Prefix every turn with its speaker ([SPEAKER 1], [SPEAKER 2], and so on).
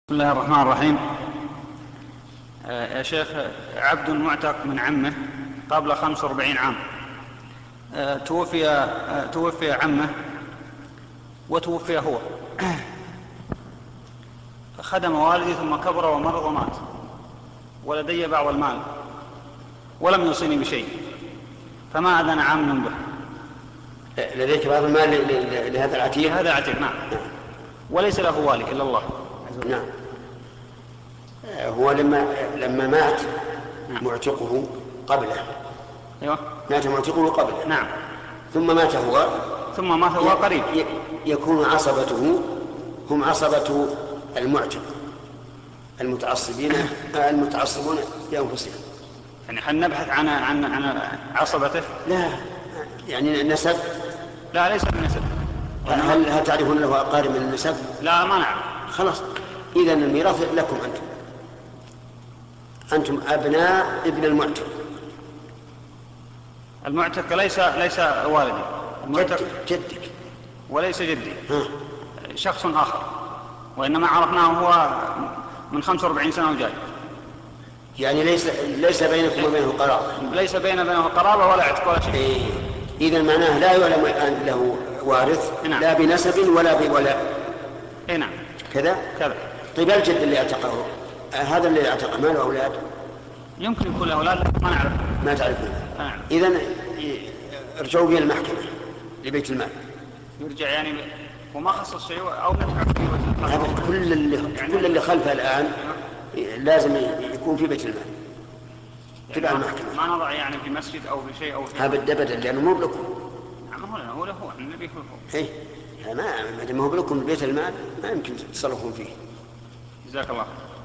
[SPEAKER 1] بسم الله الرحمن الرحيم. يا شيخ، عبد معتق من عمه قبل 45 عام، توفي عمه وتوفي هو، خدم والدي ثم كبر ومرض ومات، ولدي بعض المال ولم يوصيني بشيء، فما أذن عام به.
[SPEAKER 2] لديك بعض المال لهذا العتيق؟
[SPEAKER 1] هذا عتيق، نعم، وليس له والي إلا الله.
[SPEAKER 2] نعم. هو لما مات معتقه قبله.
[SPEAKER 1] أيوة.
[SPEAKER 2] مات معتقه قبله.
[SPEAKER 1] نعم.
[SPEAKER 2] ثم مات هو
[SPEAKER 1] قريب.
[SPEAKER 2] يكون عصبته هم عصبة المعتق المتعصبون لأنفسهم.
[SPEAKER 1] يعني هل نبحث عن عصبته؟
[SPEAKER 2] لا، يعني النسب.
[SPEAKER 1] لا، ليس بالنسب.
[SPEAKER 2] هل تعرفون له أقارب من النسب؟
[SPEAKER 1] لا، ما نعرف.
[SPEAKER 2] خلاص، إذن الميراث لكم أنتم أبناء ابن المعتق.
[SPEAKER 1] المعتق ليس والدي، المعتق
[SPEAKER 2] جدك
[SPEAKER 1] وليس جدي. شخص آخر، وإنما عرفناه هو من 45 سنة وجاي.
[SPEAKER 2] يعني ليس بينكم وبينه قرابة.
[SPEAKER 1] ليس بينه قرابة ولا عتق ولا شيء.
[SPEAKER 2] إذن معناه لا يعلم الآن له وارث.
[SPEAKER 1] نعم.
[SPEAKER 2] لا بنسب ولا بولاء.
[SPEAKER 1] نعم.
[SPEAKER 2] كذا.
[SPEAKER 1] طيب،
[SPEAKER 2] الجد اللي اعتقه، هذا اللي اعتقه ما له أولاد؟
[SPEAKER 1] يمكن يكون له أولاد، ما نعرف.
[SPEAKER 2] ما تعرفون.
[SPEAKER 1] نعم.
[SPEAKER 2] إذن ارجعوا به المحكمة لبيت المال.
[SPEAKER 1] يرجع يعني وما خصص شيء أو ندفع فيه
[SPEAKER 2] كل اللي خلفه الآن لازم يكون في بيت المال.
[SPEAKER 1] يعني
[SPEAKER 2] تبع المحكمة.
[SPEAKER 1] ما نضع يعني في مسجد أو في شيء أو في
[SPEAKER 2] أبدا، لأنه مو بلكم.
[SPEAKER 1] نعم، هو له النبي هو.
[SPEAKER 2] إيه، ما هو بلكم بيت المال، ما يمكن تتصرفون فيه.
[SPEAKER 1] جزاك الله.